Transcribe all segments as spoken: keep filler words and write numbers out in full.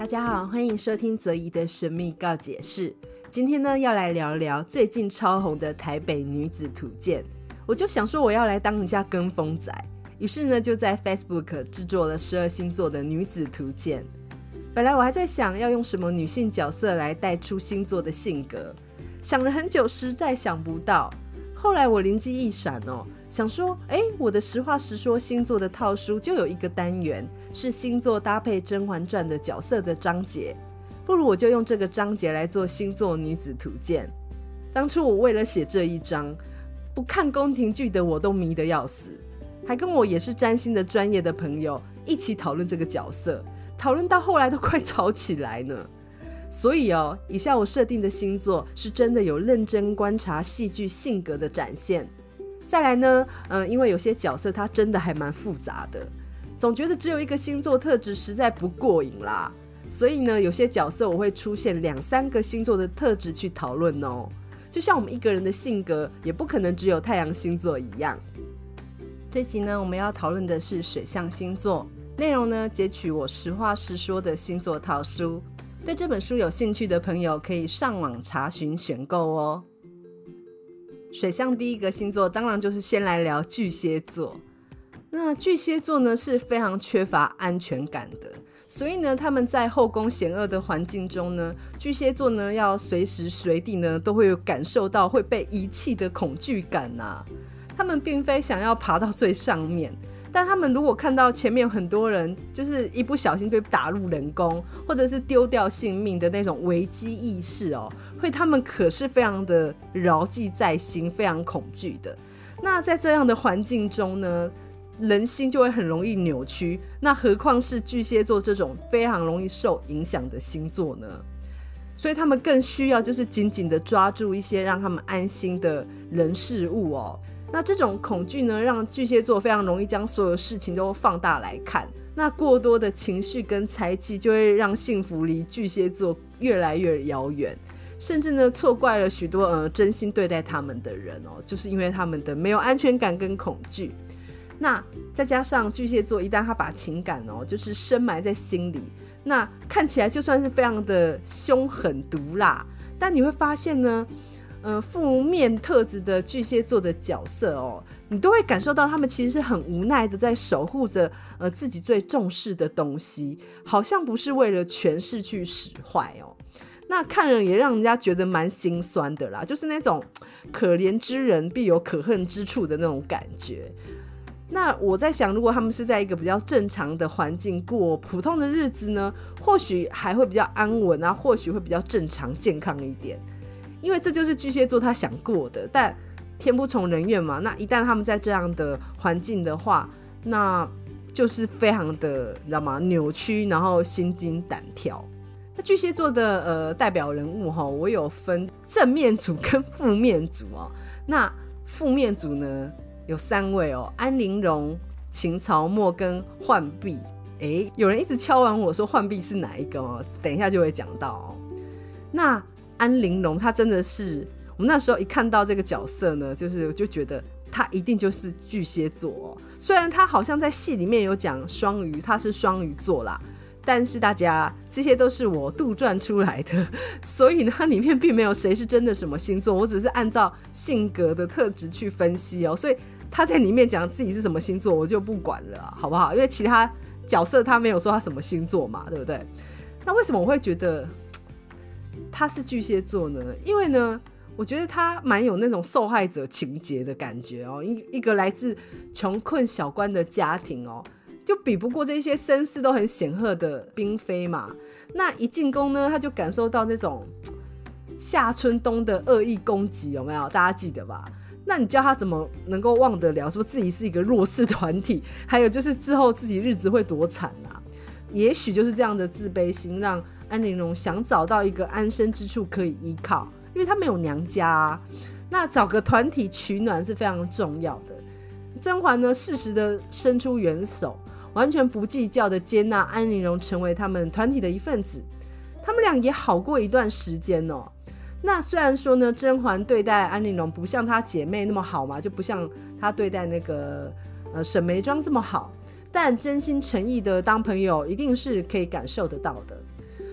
家好，欢迎收听泽怡的神秘告解室。今天呢，要来聊聊最近超红的台北女子图鉴。我就想说我要来当一下跟风仔，于是呢就在 Facebook 制作了十二星座的女子图鉴。本来我还在想要用什么女性角色来带出星座的性格，想了很久实在想不到。后来我灵机一闪哦，想说哎，我的实话实说星座的套书就有一个单元是星座搭配《甄嬛传》的角色的章节，不如我就用这个章节来做星座女子图鉴。当初我为了写这一章，不看宫廷剧的我都迷得要死，还跟我也是占星的专业的朋友一起讨论这个角色，讨论到后来都快吵起来呢。所以哦，以下我设定的星座是真的有认真观察戏剧性格的展现。再来呢，呃，因为有些角色它真的还蛮复杂的，总觉得只有一个星座特质实在不过瘾啦，所以呢，有些角色我会出现两三个星座的特质去讨论哦。就像我们一个人的性格也不可能只有太阳星座一样。这集呢，我们要讨论的是水象星座，内容呢截取我实话实说的星座套书。对这本书有兴趣的朋友可以上网查询选购哦。水象第一个星座当然就是先来聊巨蟹座。那巨蟹座呢是非常缺乏安全感的，所以呢他们在后宫险恶的环境中呢，巨蟹座呢要随时随地呢都会有感受到会被遗弃的恐惧感啊。他们并非想要爬到最上面，但他们如果看到前面有很多人就是一不小心被打入冷宫，或者是丢掉性命的那种危机意识哦，会他们可是非常的牢记在心，非常恐惧的。那在这样的环境中呢，人心就会很容易扭曲，那何况是巨蟹座这种非常容易受影响的星座呢？所以他们更需要就是紧紧的抓住一些让他们安心的人事物哦。那这种恐惧呢，让巨蟹座非常容易将所有事情都放大来看，那过多的情绪跟猜忌就会让幸福离巨蟹座越来越遥远，甚至呢错怪了许多呃真心对待他们的人哦，就是因为他们的没有安全感跟恐惧。那再加上巨蟹座一旦他把情感哦就是深埋在心里，那看起来就算是非常的凶狠毒辣，但你会发现呢呃，负面特质的巨蟹座的角色哦，你都会感受到他们其实是很无奈的在守护着呃自己最重视的东西，好像不是为了权势去使坏哦。那看人也让人家觉得蛮心酸的啦，就是那种可怜之人必有可恨之处的那种感觉。那我在想，如果他们是在一个比较正常的环境过普通的日子呢，或许还会比较安稳啊，或许会比较正常健康一点。因为这就是巨蟹座他想过的，但天不从人愿嘛，那一旦他们在这样的环境的话，那就是非常的你知道吗扭曲，然后心惊胆跳。那巨蟹座的呃代表人物齁，我有分正面组跟负面组哦。那负面组呢有三位哦，安陵容、秦朝墨跟浣碧。诶，有人一直敲完我说浣碧是哪一个哦，等一下就会讲到哦。那安陵容她真的是，我们那时候一看到这个角色呢，就是就觉得她一定就是巨蟹座哦。虽然她好像在戏里面有讲双鱼，她是双鱼座啦，但是大家这些都是我杜撰出来的，所以呢，它里面并没有谁是真的什么星座，我只是按照性格的特质去分析哦。所以她在里面讲自己是什么星座，我就不管了啊，好不好？因为其他角色他没有说他什么星座嘛，对不对？那为什么我会觉得他是巨蟹座呢？因为呢我觉得他蛮有那种受害者情节的感觉哦。一个来自穷困小官的家庭哦，就比不过这些身世都很显赫的嫔妃嘛。那一进宫呢，他就感受到那种夏春冬的恶意攻击，有没有？大家记得吧？那你叫他怎么能够忘得了说自己是一个弱势团体，还有就是之后自己日子会多惨啊？也许就是这样的自卑心让安陵容想找到一个安身之处可以依靠，因为她没有娘家啊。那找个团体取暖是非常重要的。甄嬛呢适时的伸出援手，完全不计较的接纳安陵容成为他们团体的一份子，他们俩也好过一段时间哦。那虽然说呢，甄嬛对待安陵容不像她姐妹那么好嘛，就不像她对待那个呃沈眉庄这么好，但真心诚意的当朋友一定是可以感受得到的。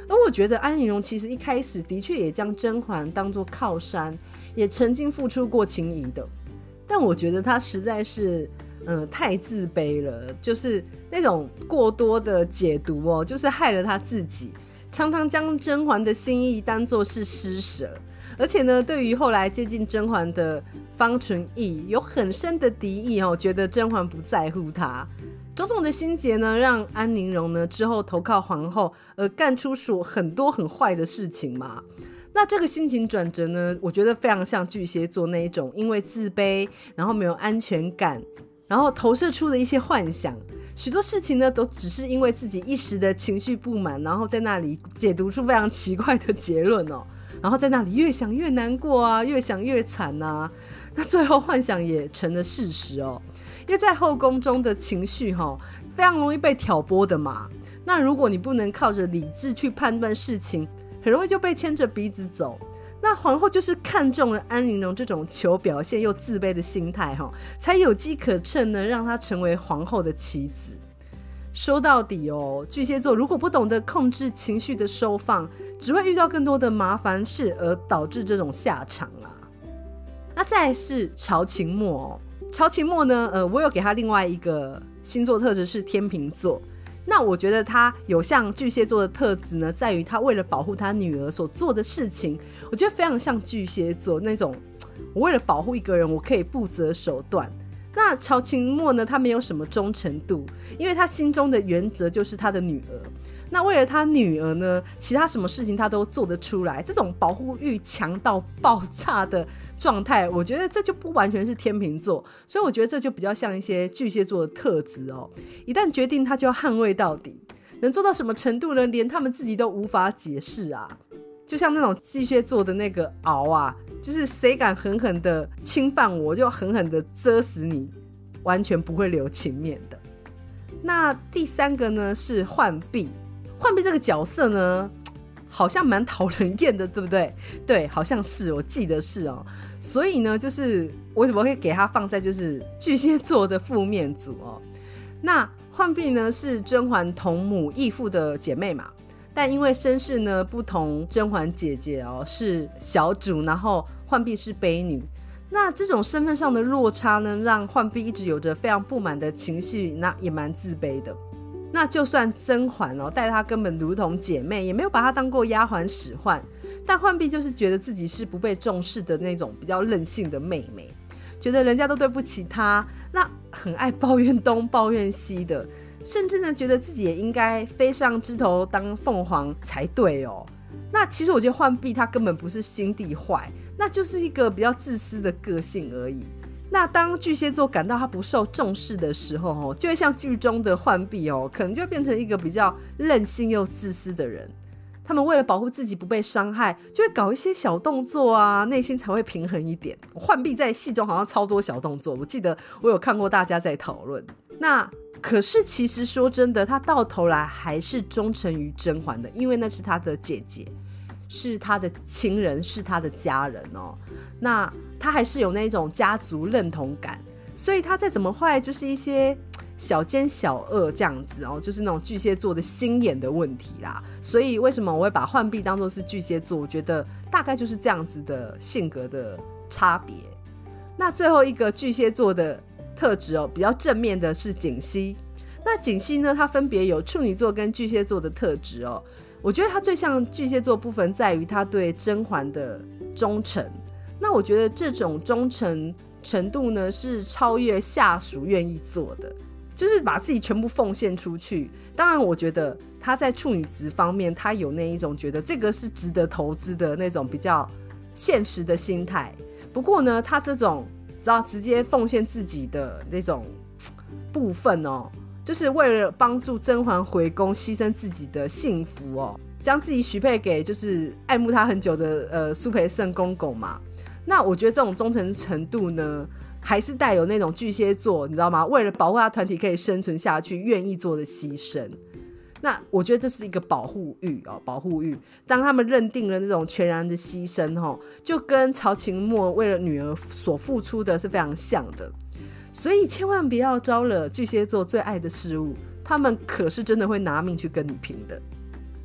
而我觉得安陵容其实一开始的确也将甄嬛当作靠山，也曾经付出过情谊的，但我觉得她实在是嗯，太自卑了，就是那种过多的解读哦，就是害了她自己，常常将甄嬛的心意当作是施舍，而且呢，对于后来接近甄嬛的方纯义有很深的敌意哦，觉得甄嬛不在乎她。种种的心结呢，让安陵容呢之后投靠皇后，而干出所很多很坏的事情嘛。那这个心情转折呢，我觉得非常像巨蟹座那一种，因为自卑，然后没有安全感，然后投射出的一些幻想，许多事情呢都只是因为自己一时的情绪不满，然后在那里解读出非常奇怪的结论哦，然后在那里越想越难过啊，越想越惨啊，那最后幻想也成了事实哦。因为在后宫中的情绪哦，非常容易被挑拨的嘛，那如果你不能靠着理智去判断事情，很容易就被牵着鼻子走。那皇后就是看中了安陵容这种求表现又自卑的心态，才有机可乘呢，让她成为皇后的妻子。说到底哦，巨蟹座如果不懂得控制情绪的收放，只会遇到更多的麻烦事，而导致这种下场啊。那再来是曹琴墨哦，曹琴墨呢，呃，我有给他另外一个星座特质是天秤座。那我觉得他有像巨蟹座的特质呢，在于他为了保护他女儿所做的事情，我觉得非常像巨蟹座那种，我为了保护一个人，我可以不择手段。那曹琴墨呢，他没有什么忠诚度，因为他心中的原则就是他的女儿。那为了他女儿呢，其他什么事情他都做得出来，这种保护欲强到爆炸的状态，我觉得这就不完全是天秤座，所以我觉得这就比较像一些巨蟹座的特质哦。一旦决定他就要捍卫到底，能做到什么程度呢？连他们自己都无法解释啊。就像那种巨蟹座的那个鳌啊，就是谁敢狠狠的侵犯我，就狠狠的遮死你，完全不会留情面的。那第三个呢是浣碧。浣碧这个角色呢，好像蛮讨人厌的，对不对？对，好像是，我记得是哦。所以呢，就是我怎么会给他放在就是巨蟹座的负面组哦？那浣碧呢是甄嬛同母异父的姐妹嘛，但因为身世呢不同，甄嬛姐姐哦是小主，然后浣碧是卑女。那这种身份上的落差呢，让浣碧一直有着非常不满的情绪，那也蛮自卑的。那就算甄嬛哦待她根本如同姐妹，也没有把她当过丫鬟使唤，但浣碧就是觉得自己是不被重视的那种比较任性的妹妹，觉得人家都对不起她，那很爱抱怨东抱怨西的，甚至呢觉得自己也应该飞上枝头当凤凰才对哦。那其实我觉得浣碧她根本不是心地坏，那就是一个比较自私的个性而已。那当巨蟹座感到他不受重视的时候，就会像剧中的浣碧哦，可能就会变成一个比较任性又自私的人。他们为了保护自己不被伤害，就会搞一些小动作啊，内心才会平衡一点。浣碧在戏中好像超多小动作，我记得我有看过大家在讨论。那可是其实说真的，他到头来还是忠诚于甄嬛的，因为那是他的姐姐，是他的亲人，是他的家人哦。那他还是有那种家族认同感，所以他再怎么坏，就是一些小奸小恶这样子哦，就是那种巨蟹座的心眼的问题啦。所以为什么我会把浣碧当作是巨蟹座？我觉得大概就是这样子的性格的差别。那最后一个巨蟹座的特质哦，比较正面的是槿汐。那槿汐呢，它分别有处女座跟巨蟹座的特质哦。我觉得它最像巨蟹座部分在于它对甄嬛的忠诚。那我觉得这种忠诚程度呢，是超越下属愿意做的，就是把自己全部奉献出去。当然我觉得他在处女职方面，他有那一种觉得这个是值得投资的那种比较现实的心态。不过呢，他这种知道直接奉献自己的那种部分哦，就是为了帮助甄嬛回宫，牺牲自己的幸福哦，将自己许配给就是爱慕他很久的呃苏培盛公公嘛。那我觉得这种忠诚程度呢，还是带有那种巨蟹座，你知道吗？为了保护他团体可以生存下去，愿意做的牺牲。那我觉得这是一个保护欲哦，保护欲。当他们认定了那种全然的牺牲哦，就跟曹琴墨为了女儿所付出的是非常像的。所以千万不要招惹巨蟹座最爱的事物，他们可是真的会拿命去跟你拼的。今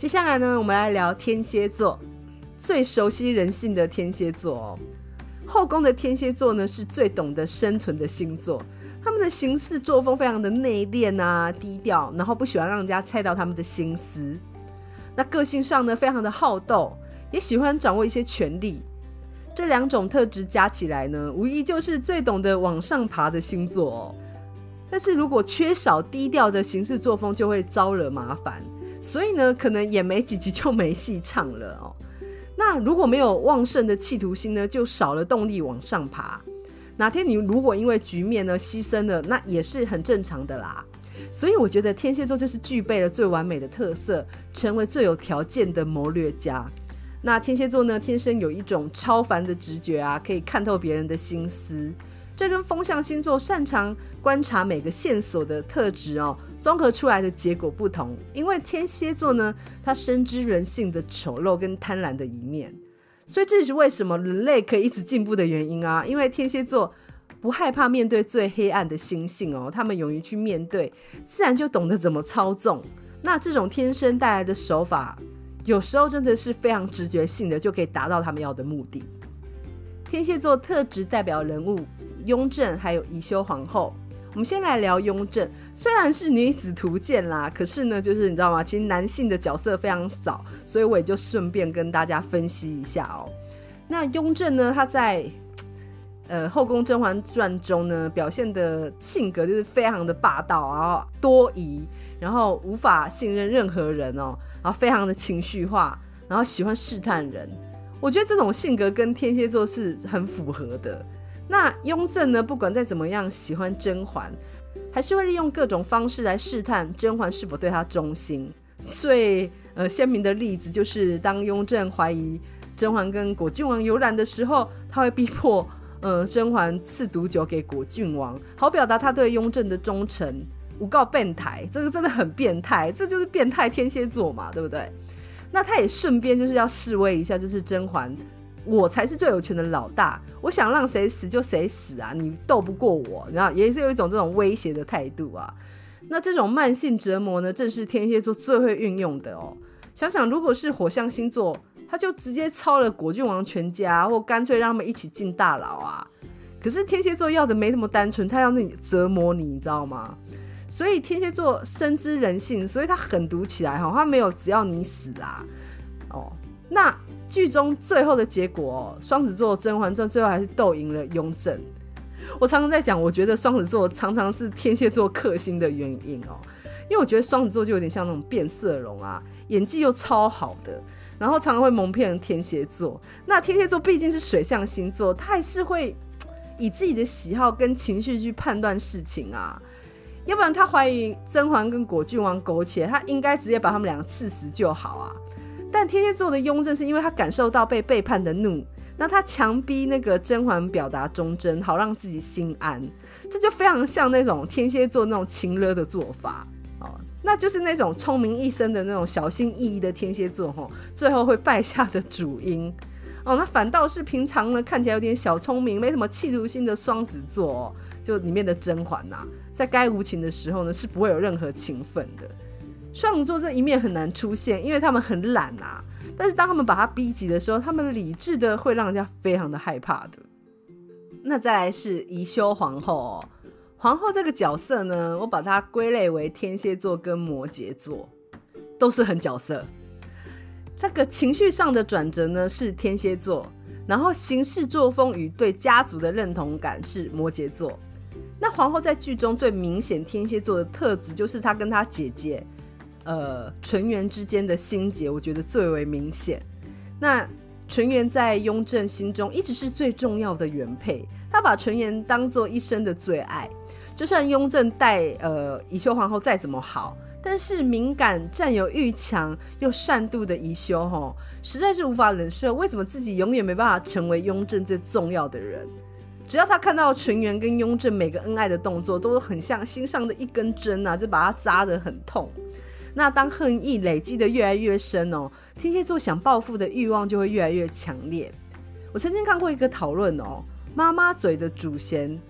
接下来呢，我们来聊天蝎座，最熟悉人性的天蝎座哦。后宫的天蝎座呢，是最懂得生存的星座，他们的行事作风非常的内敛啊，低调，然后不喜欢让人家猜到他们的心思。那个性上呢，非常的好斗，也喜欢掌握一些权力。这两种特质加起来呢，无疑就是最懂得往上爬的星座哦。但是如果缺少低调的行事作风，就会招惹麻烦，所以呢，可能演没几集就没戏唱了哦。那如果没有旺盛的企图心呢，就少了动力往上爬。哪天你如果因为局面呢牺牲了，那也是很正常的啦。所以我觉得天蝎座就是具备了最完美的特色，成为最有条件的谋略家。那天蝎座呢，天生有一种超凡的直觉啊，可以看透别人的心思。这跟风象星座擅长观察每个线索的特质哦，综合出来的结果不同。因为天蝎座呢，他深知人性的丑陋跟贪婪的一面，所以这也是为什么人类可以一直进步的原因啊。因为天蝎座不害怕面对最黑暗的心性哦，他们勇于去面对，自然就懂得怎么操纵。那这种天生带来的手法，有时候真的是非常直觉性的，就可以达到他们要的目的。天蝎座特质代表人物雍正还有宜修皇后。我们先来聊雍正，虽然是女子图鉴啦，可是呢，就是你知道吗？其实男性的角色非常少，所以我也就顺便跟大家分析一下哦。那雍正呢，他在呃《后宫甄嬛传》中呢，表现的性格就是非常的霸道，然后多疑，然后无法信任任何人哦，然后非常的情绪化，然后喜欢试探人。我觉得这种性格跟天蝎座是很符合的。那雍正呢，不管再怎么样喜欢甄嬛，还是会利用各种方式来试探甄嬛是否对他忠心。最呃鲜明的例子就是，当雍正怀疑甄嬛跟果郡王有染的时候，他会逼迫呃甄嬛赐毒酒给果郡王，好表达他对雍正的忠诚。诬告变态，这个真的很变态，这就是变态天蝎座嘛，对不对？那他也顺便就是要示威一下，就是甄嬛，我才是最有权的老大，我想让谁死就谁死啊，你斗不过我，然后也是有一种这种威胁的态度啊。那这种慢性折磨呢，正是天蝎座最会运用的哦。想想如果是火象星座，他就直接抄了果郡王全家，或干脆让他们一起进大牢啊。可是天蝎座要的没那么单纯，他要你折磨你，你知道吗？所以天蝎座深知人性，所以他狠毒起来，他没有只要你死啦。哦，那剧中最后的结果，双子座《甄嬛传》最后还是斗赢了雍正。我常常在讲，我觉得双子座常常是天蝎座克星的原因哦，因为我觉得双子座就有点像那种变色龙啊，演技又超好的，然后常常会蒙骗天蝎座。那天蝎座毕竟是水象星座，他还是会以自己的喜好跟情绪去判断事情啊。要不然他怀疑甄嬛跟果郡王苟且，他应该直接把他们两个刺死就好啊。但天蝎座的雍正是因为他感受到被背叛的怒，那他强逼那个甄嬛表达忠贞，好让自己心安。这就非常像那种天蝎座那种情勒的做法、哦、那就是那种聪明一生的那种小心翼翼的天蝎座、哦、最后会败下的主因、哦、那反倒是平常呢看起来有点小聪明没什么企图心的双子座、哦、就里面的甄嬛啊，在该无情的时候呢是不会有任何情分的。双子座这一面很难出现，因为他们很懒啊，但是当他们把他逼急的时候，他们理智的会让人家非常的害怕的。那再来是宜修皇后哦，皇后这个角色呢，我把它归类为天蝎座跟摩羯座，都是很角色。那个情绪上的转折呢是天蝎座，然后行事作风与对家族的认同感是摩羯座。那皇后在剧中最明显天蝎座的特质，就是她跟她姐姐呃，纯元之间的心结，我觉得最为明显。那纯元在雍正心中一直是最重要的原配，他把纯元当作一生的最爱。就算雍正待呃宜修皇后再怎么好，但是敏感、占有欲强又善妒的宜修吼，实在是无法忍受为什么自己永远没办法成为雍正最重要的人。只要他看到纯元跟雍正每个恩爱的动作，都很像心上的一根针啊，就把他扎得很痛。那当恨意累积的越来越深哦，天蝎座想报复的欲望就会越来越强烈。我曾经看过一个讨论哦，妈妈嘴的祖先，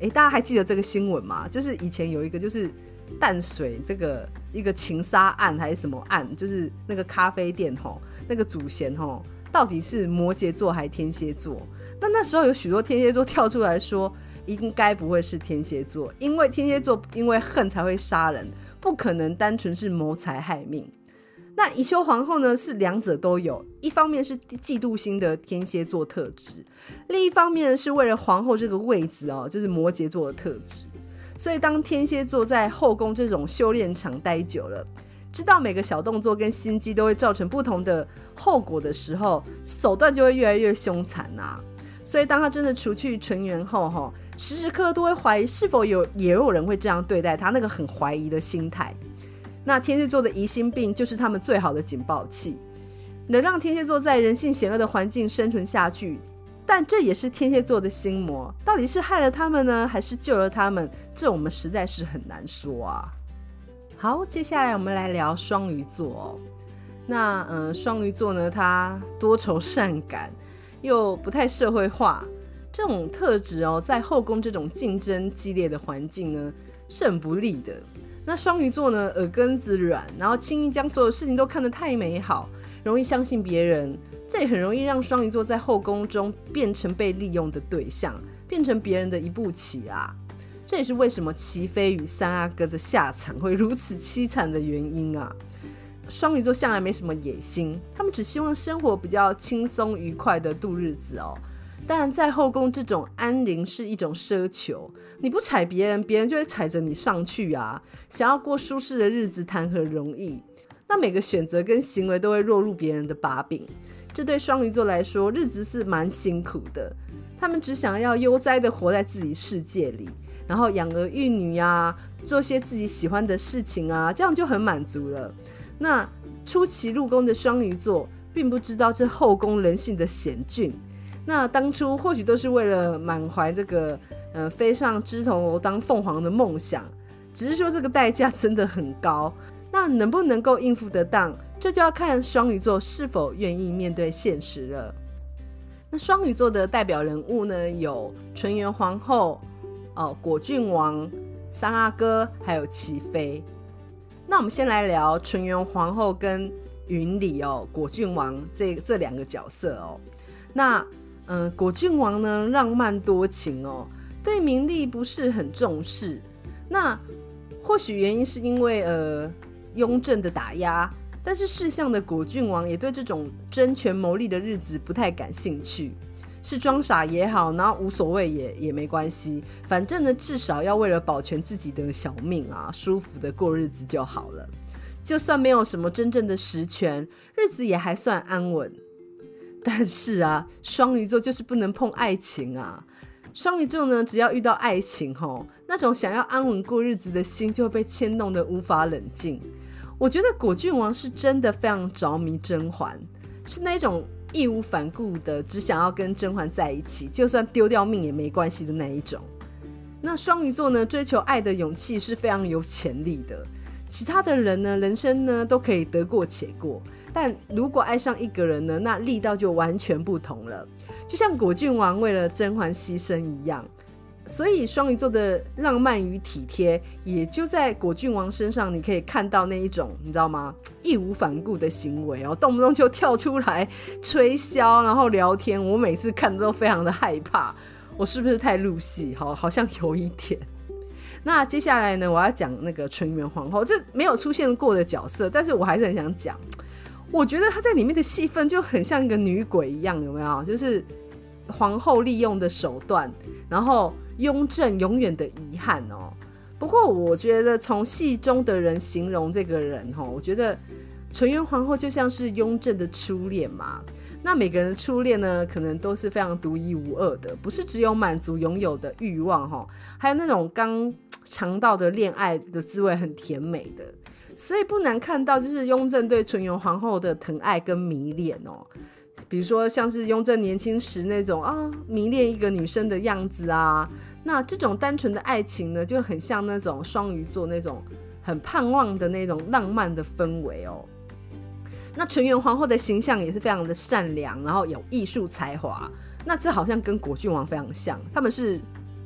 哎，大家还记得这个新闻吗？就是以前有一个就是淡水这个一个情杀案还是什么案，就是那个咖啡店吼，那个主嫌吼到底是摩羯座还天蝎座？那那时候有许多天蝎座跳出来说，应该不会是天蝎座，因为天蝎座因为恨才会杀人，不可能单纯是谋财害命。那宜修皇后呢，是两者都有，一方面是嫉妒心的天蝎座特质，另一方面是为了皇后这个位置哦，就是摩羯座的特质。所以当天蝎座在后宫这种修炼场待久了，知道每个小动作跟心机都会造成不同的后果的时候，手段就会越来越凶残啊。所以当他真的除去纯元后，时时刻刻都会怀疑是否有也有人会这样对待他，那个很怀疑的心态。那天蝎座的疑心病就是他们最好的警报器，能让天蝎座在人性险恶的环境生存下去，但这也是天蝎座的心魔，到底是害了他们呢，还是救了他们，这我们实在是很难说啊。好，接下来我们来聊双鱼座哦。那呃，双鱼座呢，他多愁善感，又不太社会化，这种特质哦，在后宫这种竞争激烈的环境呢，是很不利的。那双鱼座呢，耳根子软，然后轻易将所有事情都看得太美好，容易相信别人，这也很容易让双鱼座在后宫中变成被利用的对象，变成别人的一步棋啊。这也是为什么齐飞与三阿哥的下场会如此凄惨的原因啊。双鱼座向来没什么野心，他们只希望生活比较轻松愉快的度日子哦。当然在后宫这种安宁是一种奢求，你不踩别人，别人就会踩着你上去啊。想要过舒适的日子谈何容易，那每个选择跟行为都会落入别人的把柄，这对双鱼座来说日子是蛮辛苦的。他们只想要悠哉的活在自己世界里，然后养儿育女啊，做些自己喜欢的事情啊，这样就很满足了。那初期入宫的双鱼座并不知道这后宫人性的险峻，那当初或许都是为了满怀这个、呃、飞上枝头楼当凤凰的梦想，只是说这个代价真的很高，那能不能够应付得当，这就要看双鱼座是否愿意面对现实了。那双鱼座的代表人物呢，有纯元皇后、哦、果郡王、三阿哥还有齐妃。那我们先来聊纯元皇后跟云里哦，果郡王 这, 这两个角色哦。那呃，果郡王呢，浪漫多情哦，对名利不是很重视。那或许原因是因为呃雍正的打压，但是世相的果郡王也对这种争权谋利的日子不太感兴趣，是装傻也好，然后无所谓 也, 也没关系，反正呢至少要为了保全自己的小命啊，舒服的过日子就好了。就算没有什么真正的实权，日子也还算安稳。但是啊，双鱼座就是不能碰爱情啊。双鱼座呢，只要遇到爱情吼，那种想要安稳过日子的心就会被牵动得无法冷静。我觉得果郡王是真的非常着迷甄嬛，是那种义无反顾的只想要跟甄嬛在一起，就算丢掉命也没关系的那一种。那双鱼座呢，追求爱的勇气是非常有潜力的。其他的人呢，人生呢都可以得过且过，但如果爱上一个人呢，那力道就完全不同了，就像果郡王为了甄嬛牺牲一样。所以双鱼座的浪漫与体贴也就在果郡王身上，你可以看到那一种你知道吗，义无反顾的行为哦，动不动就跳出来吹箫然后聊天，我每次看都非常的害怕，我是不是太入戏？ 好, 好像有一点。那接下来呢，我要讲那个纯元皇后，这没有出现过的角色，但是我还是很想讲。我觉得她在里面的戏份就很像一个女鬼一样，有没有？就是皇后利用的手段，然后雍正永远的遗憾哦。不过我觉得从戏中的人形容这个人哦，我觉得纯元皇后就像是雍正的初恋嘛。那每个人的初恋呢，可能都是非常独一无二的，不是只有满足拥有的欲望哦，还有那种刚尝到的恋爱的滋味很甜美的。所以不难看到就是雍正对纯元皇后的疼爱跟迷恋哦。比如说像是雍正年轻时那种啊迷恋一个女生的样子啊，那这种单纯的爱情呢，就很像那种双鱼座那种很盼望的那种浪漫的氛围哦。那纯元皇后的形象也是非常的善良，然后有艺术才华，那这好像跟果郡王非常像，他们是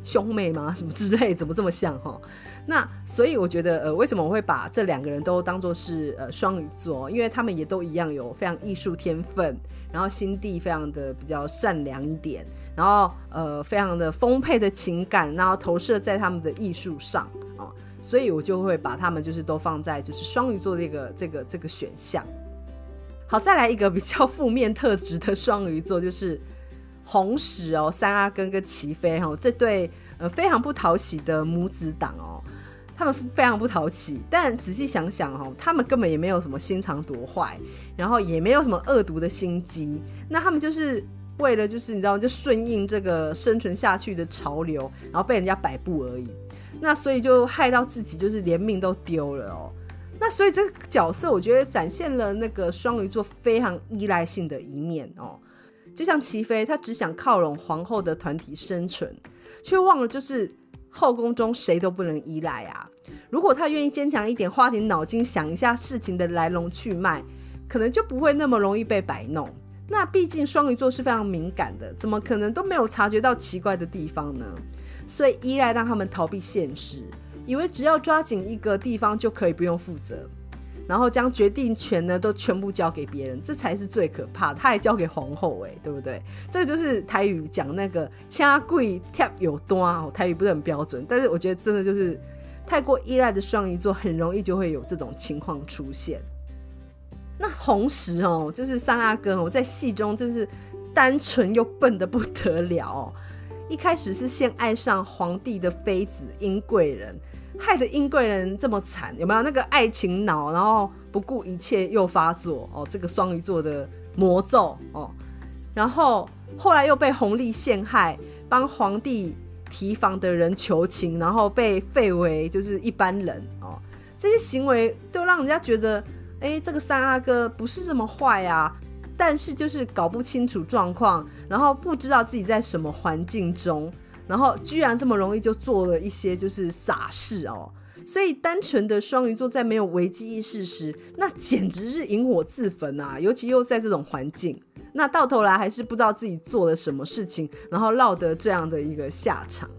兄妹吗？什么之类，怎么这么像哈？那所以我觉得，呃，为什么我会把这两个人都当作是呃双鱼座？因为他们也都一样有非常艺术天分，然后心地非常的比较善良一点，然后呃非常的丰沛的情感，然后投射在他们的艺术上哦，所以我就会把他们就是都放在就是双鱼座这个这个这个选项。好，再来一个比较负面特质的双鱼座，就是红石哦，三阿根跟齐飞哦，这对呃非常不讨喜的母子档哦。他们非常不讨喜，但仔细想想、哦、他们根本也没有什么心肠多坏，然后也没有什么恶毒的心机，那他们就是为了就是你知道就顺应这个生存下去的潮流，然后被人家摆布而已，那所以就害到自己就是连命都丢了哦。那所以这个角色我觉得展现了那个双鱼座非常依赖性的一面哦，就像齐飞，他只想靠拢皇后的团体生存，却忘了就是后宫中谁都不能依赖啊！如果他愿意坚强一点，花点脑筋想一下事情的来龙去脉，可能就不会那么容易被摆弄。那毕竟双鱼座是非常敏感的，怎么可能都没有察觉到奇怪的地方呢？所以依赖让他们逃避现实，以为只要抓紧一个地方就可以不用负责，然后将决定权呢都全部交给别人，这才是最可怕的。他还交给皇后、欸、对不对？这个就是台语讲那个掐贵贴有端，台语不是很标准，但是我觉得真的就是太过依赖的双鱼座很容易就会有这种情况出现。那红石哦，就是三阿哥哦，在戏中真是单纯又笨得不得了哦。一开始是先爱上皇帝的妃子殷贵人，害得殷贵人这么惨，有没有那个爱情脑，然后不顾一切又发作哦，这个双鱼座的魔咒哦。然后后来又被弘历陷害，帮皇帝提防的人求情，然后被废为就是一般人哦。这些行为都让人家觉得，哎，这个三阿哥不是这么坏啊，但是就是搞不清楚状况，然后不知道自己在什么环境中，然后居然这么容易就做了一些就是傻事哦。所以单纯的双鱼座在没有危机意识时，那简直是引火自焚啊，尤其又在这种环境，那到头来还是不知道自己做了什么事情，然后落得这样的一个下场。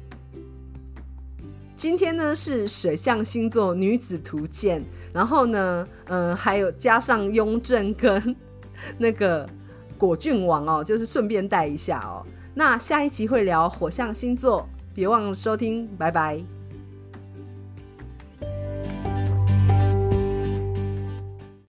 今天呢是水象星座女子图鉴，然后呢呃还有加上雍正跟那个果郡王哦，就是顺便带一下哦。那下一集会聊火象星座，别忘了收听，拜拜。